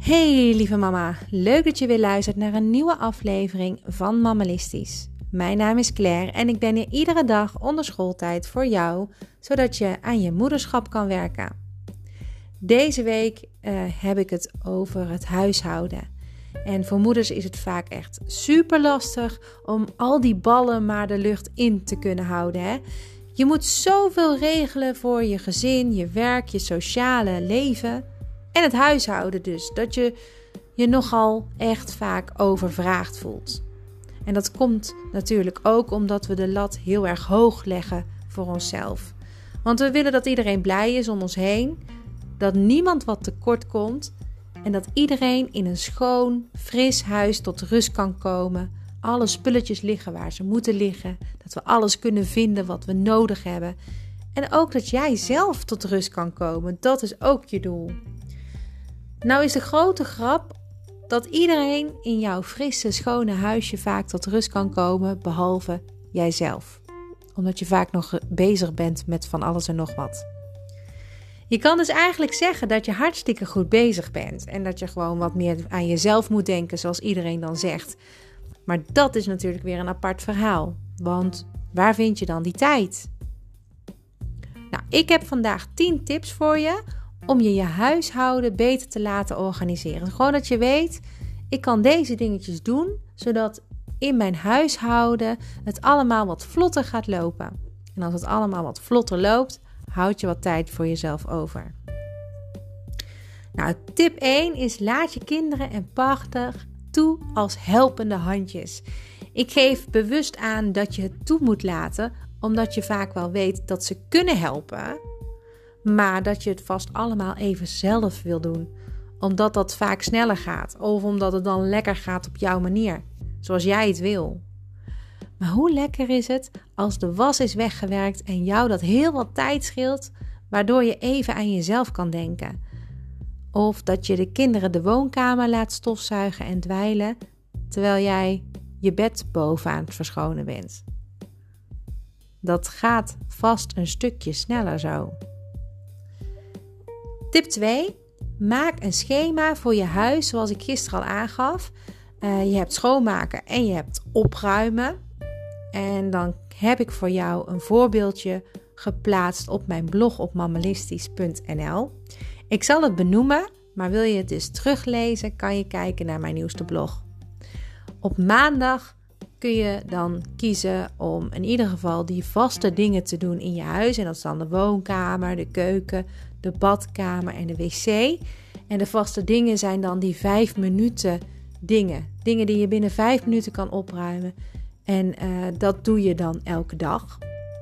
Hey lieve mama, leuk dat je weer luistert naar een nieuwe aflevering van Mammalistisch. Mijn naam is Claire en ik ben hier iedere dag onder schooltijd voor jou, zodat je aan je moederschap kan werken. Deze week heb ik het over het huishouden. En voor moeders is het vaak echt super lastig om al die ballen maar de lucht in te kunnen houden. Hè? Je moet zoveel regelen voor je gezin, je werk, je sociale leven en het huishouden dus. Dat je je nogal echt vaak overvraagd voelt. En dat komt natuurlijk ook omdat we de lat heel erg hoog leggen voor onszelf. Want we willen dat iedereen blij is om ons heen, dat niemand wat tekort komt en dat iedereen in een schoon, fris huis tot rust kan komen. Alle spulletjes liggen waar ze moeten liggen. Dat we alles kunnen vinden wat we nodig hebben. En ook dat jij zelf tot rust kan komen. Dat is ook je doel. Nou is de grote grap dat iedereen in jouw frisse, schone huisje vaak tot rust kan komen, behalve jijzelf. Omdat je vaak nog bezig bent met van alles en nog wat. Je kan dus eigenlijk zeggen dat je hartstikke goed bezig bent. En dat je gewoon wat meer aan jezelf moet denken, zoals iedereen dan zegt. Maar dat is natuurlijk weer een apart verhaal. Want waar vind je dan die tijd? Nou, ik heb vandaag 10 tips voor je om je huishouden beter te laten organiseren. Gewoon dat je weet, ik kan deze dingetjes doen, zodat in mijn huishouden het allemaal wat vlotter gaat lopen. En als het allemaal wat vlotter loopt, houd je wat tijd voor jezelf over. Nou, tip 1 is laat je kinderen en partner toe als helpende handjes. Ik geef bewust aan dat je het toe moet laten, omdat je vaak wel weet dat ze kunnen helpen, maar dat je het vast allemaal even zelf wil doen. Omdat dat vaak sneller gaat of omdat het dan lekker gaat op jouw manier, zoals jij het wil. Maar hoe lekker is het als de was is weggewerkt en jou dat heel wat tijd scheelt, waardoor je even aan jezelf kan denken. Of dat je de kinderen de woonkamer laat stofzuigen en dweilen, terwijl jij je bed bovenaan het verschonen bent. Dat gaat vast een stukje sneller zo. Tip 2. Maak een schema voor je huis, zoals ik gisteren al aangaf. Je hebt schoonmaken en je hebt opruimen. En dan heb ik voor jou een voorbeeldje geplaatst op mijn blog op mammalistisch.nl. Ik zal het benoemen, maar wil je het dus teruglezen, kan je kijken naar mijn nieuwste blog. Op maandag kun je dan kiezen om in ieder geval die vaste dingen te doen in je huis. En dat is dan de woonkamer, de keuken, de badkamer en de wc. En de vaste dingen zijn dan die 5 minuten dingen. Dingen die je binnen 5 minuten kan opruimen. En dat doe je dan elke dag.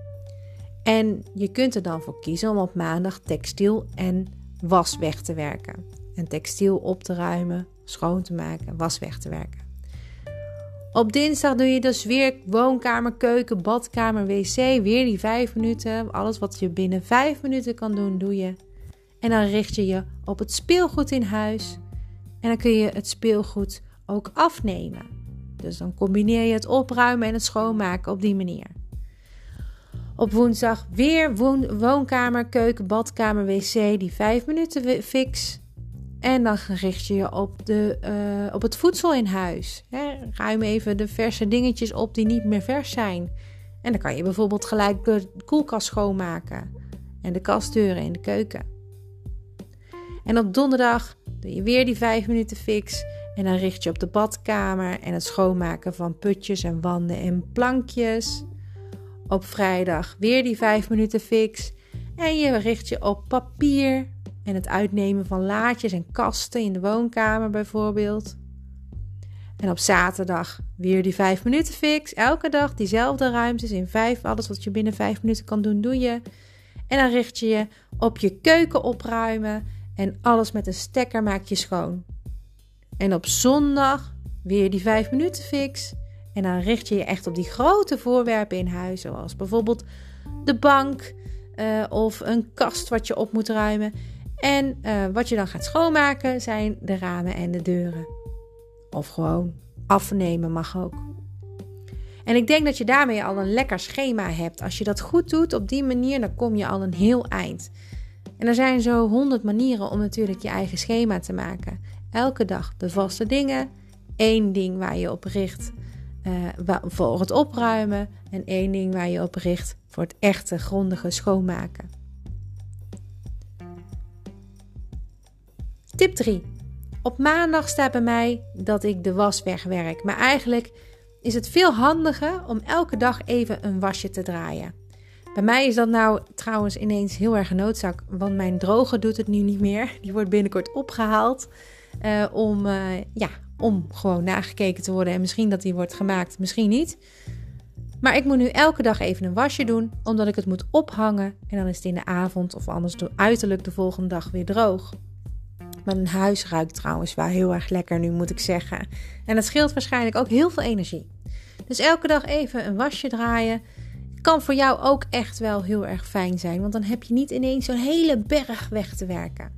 En je kunt er dan voor kiezen om op maandag textiel en was weg te werken. En textiel op te ruimen, schoon te maken, was weg te werken. Op dinsdag doe je dus weer woonkamer, keuken, badkamer, wc. Weer die 5 minuten. Alles wat je binnen 5 minuten kan doen, doe je. En dan richt je je op het speelgoed in huis. En dan kun je het speelgoed ook afnemen. Dus dan combineer je het opruimen en het schoonmaken op die manier. Op woensdag weer woonkamer, keuken, badkamer, wc. Die 5 minuten fix. En dan richt je je op het voedsel in huis. Ruim even de verse dingetjes op die niet meer vers zijn. En dan kan je bijvoorbeeld gelijk de koelkast schoonmaken. En de kastdeuren in de keuken. En op donderdag doe je weer die 5 minuten fix. En dan richt je op de badkamer en het schoonmaken van putjes en wanden en plankjes. Op vrijdag weer die 5 minuten fix. En je richt je op papier en het uitnemen van laadjes en kasten in de woonkamer bijvoorbeeld. En op zaterdag weer die 5 minuten fix. Elke dag diezelfde ruimtes in 5. Alles wat je binnen 5 minuten kan doen, doe je. En dan richt je je op je keuken opruimen. En alles met een stekker maak je schoon. En op zondag weer die 5 minuten fix. En dan richt je je echt op die grote voorwerpen in huis. Zoals bijvoorbeeld de bank of een kast wat je op moet ruimen. En wat je dan gaat schoonmaken zijn de ramen en de deuren. Of gewoon afnemen mag ook. En ik denk dat je daarmee al een lekker schema hebt. Als je dat goed doet op die manier, dan kom je al een heel eind. En er zijn zo 100 manieren om natuurlijk je eigen schema te maken. elke dag de vaste dingen. 1 ding waar je op richt voor het opruimen. En 1 ding waar je op richt voor het echte grondige schoonmaken. Tip 3. Op maandag staat bij mij dat ik de was wegwerk. Maar eigenlijk is het veel handiger om elke dag even een wasje te draaien. Bij mij is dat nou trouwens ineens heel erg een noodzaak. Want mijn droger doet het nu niet meer. Die wordt binnenkort opgehaald. Om gewoon nagekeken te worden. En misschien dat die wordt gemaakt, misschien niet. Maar ik moet nu elke dag even een wasje doen. Omdat ik het moet ophangen. En dan is het in de avond of anders uiterlijk de volgende dag weer droog. Mijn huis ruikt trouwens wel heel erg lekker nu, moet ik zeggen. En dat scheelt waarschijnlijk ook heel veel energie. Dus elke dag even een wasje draaien. Kan voor jou ook echt wel heel erg fijn zijn. Want dan heb je niet ineens zo'n hele berg weg te werken.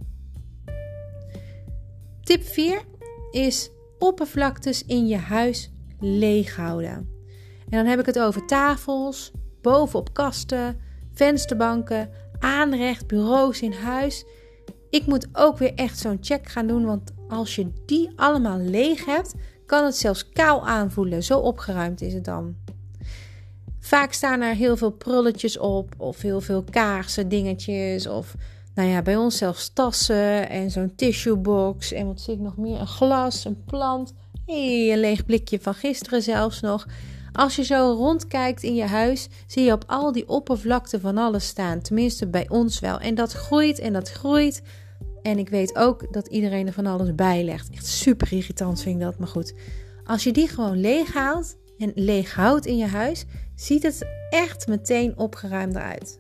Tip 4 is oppervlaktes in je huis leeg houden. En dan heb ik het over tafels, bovenop kasten, vensterbanken, aanrecht, bureaus in huis. Ik moet ook weer echt zo'n check gaan doen, want als je die allemaal leeg hebt, kan het zelfs kaal aanvoelen. Zo opgeruimd is het dan. Vaak staan er heel veel prulletjes op of heel veel kaarsen, dingetjes of bij ons zelfs tassen en zo'n tissuebox en wat zie ik nog meer? Een glas, een plant, een leeg blikje van gisteren zelfs nog. Als je zo rondkijkt in je huis, zie je op al die oppervlakte van alles staan. Tenminste bij ons wel. En dat groeit en dat groeit. En ik weet ook dat iedereen er van alles bij legt. Echt super irritant vind ik dat, maar goed. Als je die gewoon leeg haalt en leeg houdt in je huis, ziet het echt meteen opgeruimder uit.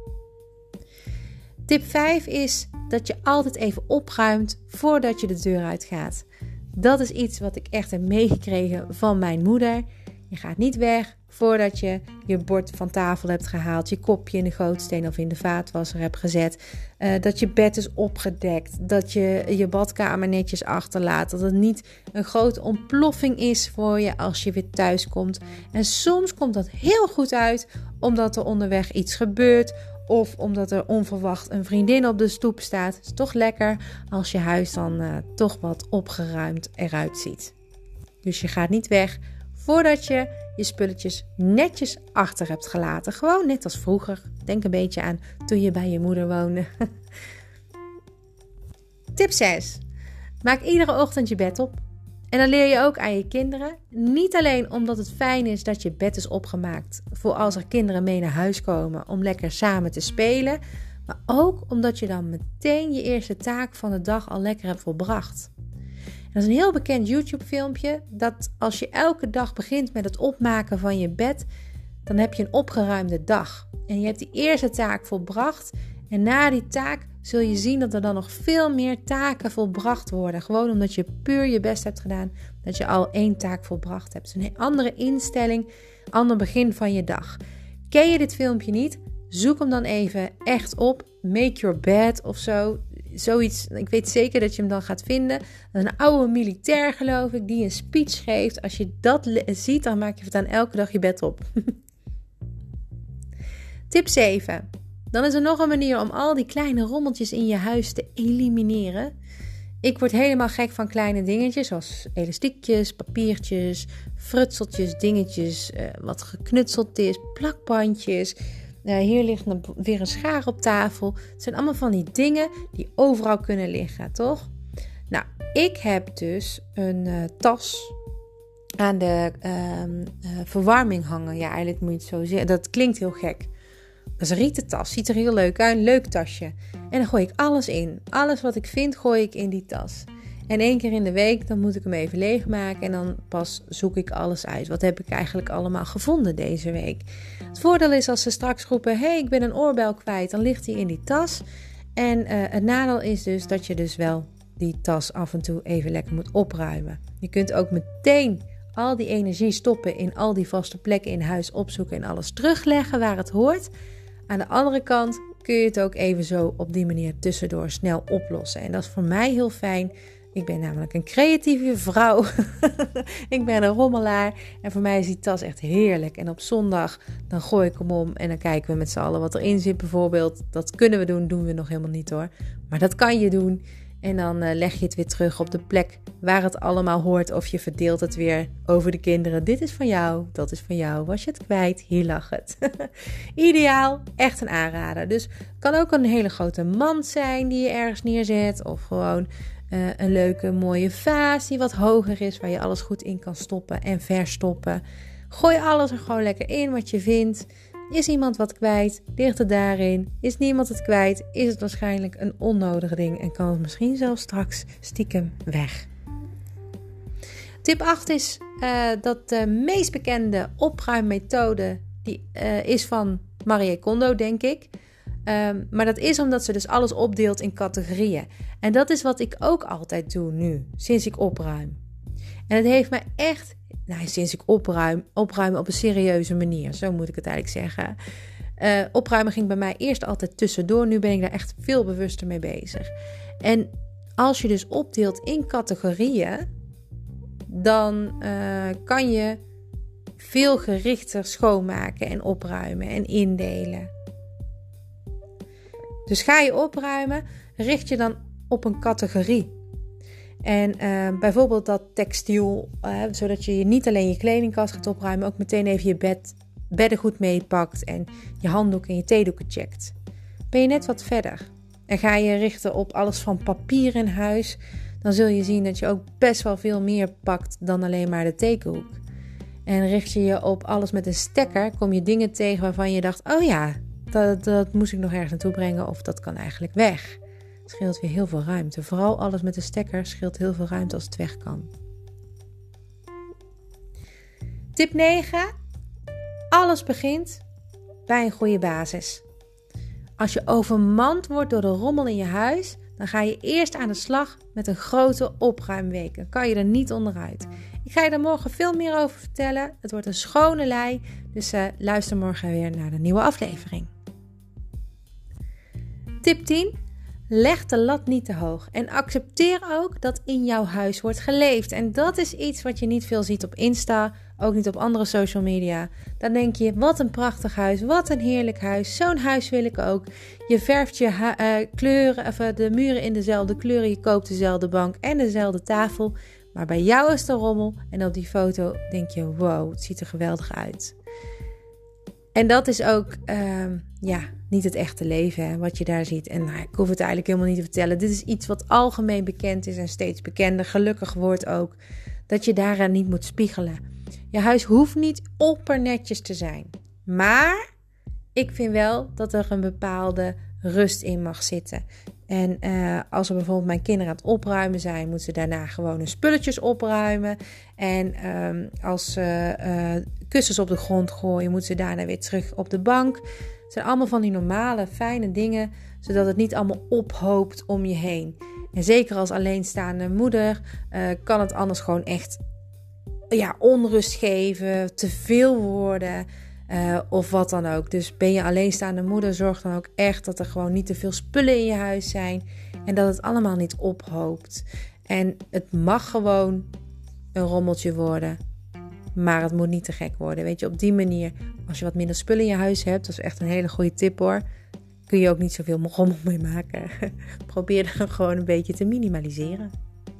Tip 5 is dat je altijd even opruimt voordat je de deur uitgaat. Dat is iets wat ik echt heb meegekregen van mijn moeder. Je gaat niet weg voordat je je bord van tafel hebt gehaald, je kopje in de gootsteen of in de vaatwasser hebt gezet, dat je bed is opgedekt, dat je je badkamer netjes achterlaat, dat het niet een grote ontploffing is voor je als je weer thuis komt. En soms komt dat heel goed uit, omdat er onderweg iets gebeurt of omdat er onverwacht een vriendin op de stoep staat. Het is toch lekker als je huis dan toch wat opgeruimd eruit ziet. Dus je gaat niet weg voordat je je spulletjes netjes achter hebt gelaten. Gewoon net als vroeger. Denk een beetje aan toen je bij je moeder woonde. Tip 6. Maak iedere ochtend je bed op. En dan leer je ook aan je kinderen. Niet alleen omdat het fijn is dat je bed is opgemaakt voor als er kinderen mee naar huis komen om lekker samen te spelen. Maar ook omdat je dan meteen je eerste taak van de dag al lekker hebt volbracht. Dat is een heel bekend YouTube filmpje, dat als je elke dag begint met het opmaken van je bed, dan heb je een opgeruimde dag. En je hebt die eerste taak volbracht en na die taak zul je zien dat er dan nog veel meer taken volbracht worden. Gewoon omdat je puur je best hebt gedaan, dat je al 1 taak volbracht hebt. Dus een andere instelling, ander begin van je dag. Ken je dit filmpje niet? Zoek hem dan even echt op. Make your bed of zo. Zoiets, ik weet zeker dat je hem dan gaat vinden. Dat is een oude militair, geloof ik, die een speech geeft. Als je dat ziet, dan maak je dan elke dag je bed op. Tip 7. Dan is er nog een manier om al die kleine rommeltjes in je huis te elimineren. Ik word helemaal gek van kleine dingetjes, zoals elastiekjes, papiertjes, frutseltjes, dingetjes, wat geknutseld is, plakbandjes. Hier ligt weer een schaar op tafel. Het zijn allemaal van die dingen die overal kunnen liggen, toch? Nou, ik heb dus een tas aan de verwarming hangen. Ja, eigenlijk moet je het zo zeggen. Dat klinkt heel gek. Dat is een rieten tas. Ziet er heel leuk uit. Een leuk tasje. En dan gooi ik alles in. Alles wat ik vind, gooi ik in die tas. En 1 keer in de week, dan moet ik hem even leegmaken. En dan pas zoek ik alles uit. Wat heb ik eigenlijk allemaal gevonden deze week? Het voordeel is als ze straks roepen, hey, ik ben een oorbel kwijt. Dan ligt die in die tas. En het nadeel is dus dat je dus wel die tas af en toe even lekker moet opruimen. Je kunt ook meteen al die energie stoppen in al die vaste plekken in huis opzoeken. En alles terugleggen waar het hoort. Aan de andere kant kun je het ook even zo op die manier tussendoor snel oplossen. En dat is voor mij heel fijn. Ik ben namelijk een creatieve vrouw. Ik ben een rommelaar. En voor mij is die tas echt heerlijk. En op zondag dan gooi ik hem om. En dan kijken we met z'n allen wat erin zit bijvoorbeeld. Dat kunnen we doen. Doen we nog helemaal niet hoor. Maar dat kan je doen. En dan leg je het weer terug op de plek waar het allemaal hoort. Of je verdeelt het weer over de kinderen. Dit is van jou, dat is van jou. Was je het kwijt? Hier lag het. Ideaal, echt een aanrader. Dus het kan ook een hele grote mand zijn die je ergens neerzet. Of gewoon een leuke mooie vaas die wat hoger is. Waar je alles goed in kan stoppen en verstoppen. Gooi alles er gewoon lekker in wat je vindt. Is iemand wat kwijt? Ligt het daarin? Is niemand het kwijt? Is het waarschijnlijk een onnodig ding en kan het misschien zelfs straks stiekem weg? Tip 8 is dat de meest bekende opruimmethode die is van Marie Kondo, denk ik. Maar dat is omdat ze dus alles opdeelt in categorieën. En dat is wat ik ook altijd doe nu, sinds ik opruim. En het heeft mij echt... sinds ik opruimen op een serieuze manier. Zo moet ik het eigenlijk zeggen. Opruimen ging bij mij eerst altijd tussendoor. Nu ben ik daar echt veel bewuster mee bezig. En als je dus opdeelt in categorieën, dan kan je veel gerichter schoonmaken en opruimen en indelen. Dus ga je opruimen, richt je dan op een categorie. En bijvoorbeeld dat textiel, zodat je niet alleen je kledingkast gaat opruimen, ook meteen even je beddengoed meepakt en je handdoeken en je theedoeken checkt. Ben je net wat verder en ga je richten op alles van papier in huis, dan zul je zien dat je ook best wel veel meer pakt dan alleen maar de theekoek. En richt je je op alles met een stekker, kom je dingen tegen waarvan je dacht, oh ja, dat moest ik nog ergens naartoe brengen of dat kan eigenlijk weg. Scheelt weer heel veel ruimte. Vooral alles met een stekker scheelt heel veel ruimte als het weg kan. Tip 9. Alles begint bij een goede basis. Als je overmand wordt door de rommel in je huis, dan ga je eerst aan de slag met een grote opruimweek. Dan kan je er niet onderuit. Ik ga je daar morgen veel meer over vertellen. Het wordt een schone lei, dus luister morgen weer naar de nieuwe aflevering. Tip 10. Leg de lat niet te hoog en accepteer ook dat in jouw huis wordt geleefd. En dat is iets wat je niet veel ziet op Insta, ook niet op andere social media. Dan denk je, wat een prachtig huis, wat een heerlijk huis. Zo'n huis wil ik ook. Je verft je kleuren, of de muren in dezelfde kleuren, je koopt dezelfde bank en dezelfde tafel. Maar bij jou is de rommel en op die foto denk je, wow, het ziet er geweldig uit. En dat is ook niet het echte leven, hè, wat je daar ziet. En ik hoef het eigenlijk helemaal niet te vertellen. Dit is iets wat algemeen bekend is en steeds bekender. Gelukkig wordt ook dat je daaraan niet moet spiegelen. Je huis hoeft niet oppernetjes te zijn. Maar ik vind wel dat er een bepaalde rust in mag zitten. En als er bijvoorbeeld mijn kinderen aan het opruimen zijn, moeten ze daarna gewoon hun spulletjes opruimen. En als ze kussens op de grond gooien, moeten ze daarna weer terug op de bank. Het zijn allemaal van die normale, fijne dingen, zodat het niet allemaal ophoopt om je heen. En zeker als alleenstaande moeder kan het anders gewoon echt onrust geven, te veel worden of wat dan ook. Dus ben je alleenstaande moeder, zorg dan ook echt dat er gewoon niet te veel spullen in je huis zijn en dat het allemaal niet ophoopt. En het mag gewoon een rommeltje worden, maar het moet niet te gek worden. Weet je, op die manier, als je wat minder spullen in je huis hebt, dat is echt een hele goede tip hoor, kun je ook niet zoveel rommel mee maken. Probeer dan gewoon een beetje te minimaliseren.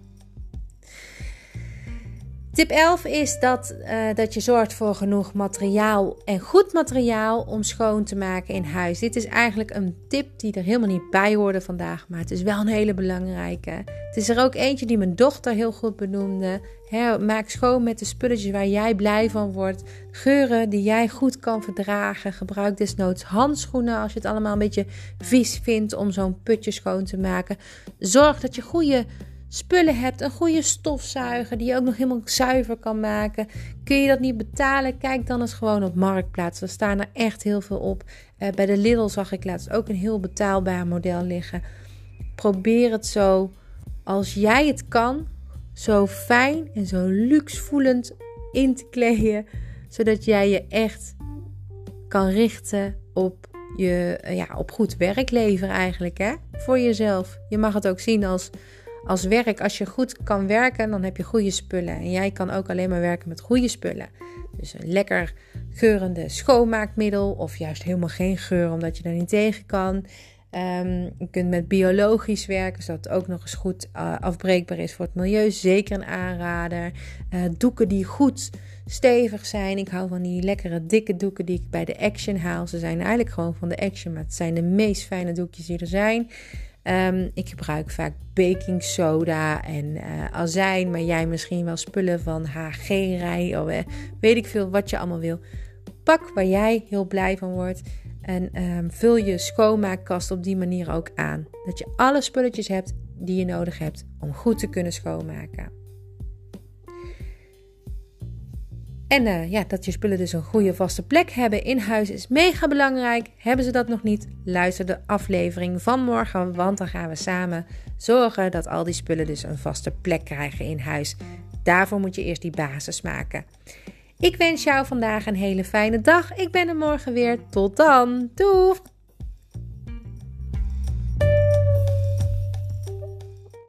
Tip 11 is dat je zorgt voor genoeg materiaal en goed materiaal om schoon te maken in huis. Dit is eigenlijk een tip die er helemaal niet bij hoorde vandaag, maar het is wel een hele belangrijke. Het is er ook eentje die mijn dochter heel goed benoemde. Maak schoon met de spulletjes waar jij blij van wordt. Geuren die jij goed kan verdragen. Gebruik desnoods handschoenen als je het allemaal een beetje vies vindt om zo'n putje schoon te maken. Zorg dat je goede spullen hebt, een goede stofzuiger die je ook nog helemaal zuiver kan maken. Kun je dat niet betalen? Kijk dan eens gewoon op Marktplaats. Er staan er echt heel veel op. Bij de Lidl zag ik laatst ook een heel betaalbaar model liggen. Probeer het zo, als jij het kan, zo fijn en zo luxe voelend in te kleden, zodat jij je echt kan richten op op goed werk leveren eigenlijk, hè? Voor jezelf. Je mag het ook zien als werk. Als je goed kan werken, dan heb je goede spullen. En jij kan ook alleen maar werken met goede spullen. Dus een lekker geurende schoonmaakmiddel. Of juist helemaal geen geur, omdat je daar niet tegen kan. Je kunt met biologisch werken, zodat het ook nog eens goed afbreekbaar is voor het milieu. Zeker een aanrader. Doeken die goed stevig zijn. Ik hou van die lekkere dikke doeken die ik bij de Action haal. Ze zijn eigenlijk gewoon van de Action, maar het zijn de meest fijne doekjes die er zijn. Ik gebruik vaak baking soda en azijn, maar jij misschien wel spullen van HG-rij of weet ik veel wat je allemaal wil. Pak waar jij heel blij van wordt en vul je schoonmaakkast op die manier ook aan. Dat je alle spulletjes hebt die je nodig hebt om goed te kunnen schoonmaken. En dat je spullen dus een goede vaste plek hebben in huis is mega belangrijk. Hebben ze dat nog niet? Luister de aflevering van morgen, want dan gaan we samen zorgen dat al die spullen dus een vaste plek krijgen in huis. Daarvoor moet je eerst die basis maken. Ik wens jou vandaag een hele fijne dag. Ik ben er morgen weer. Tot dan. Doei!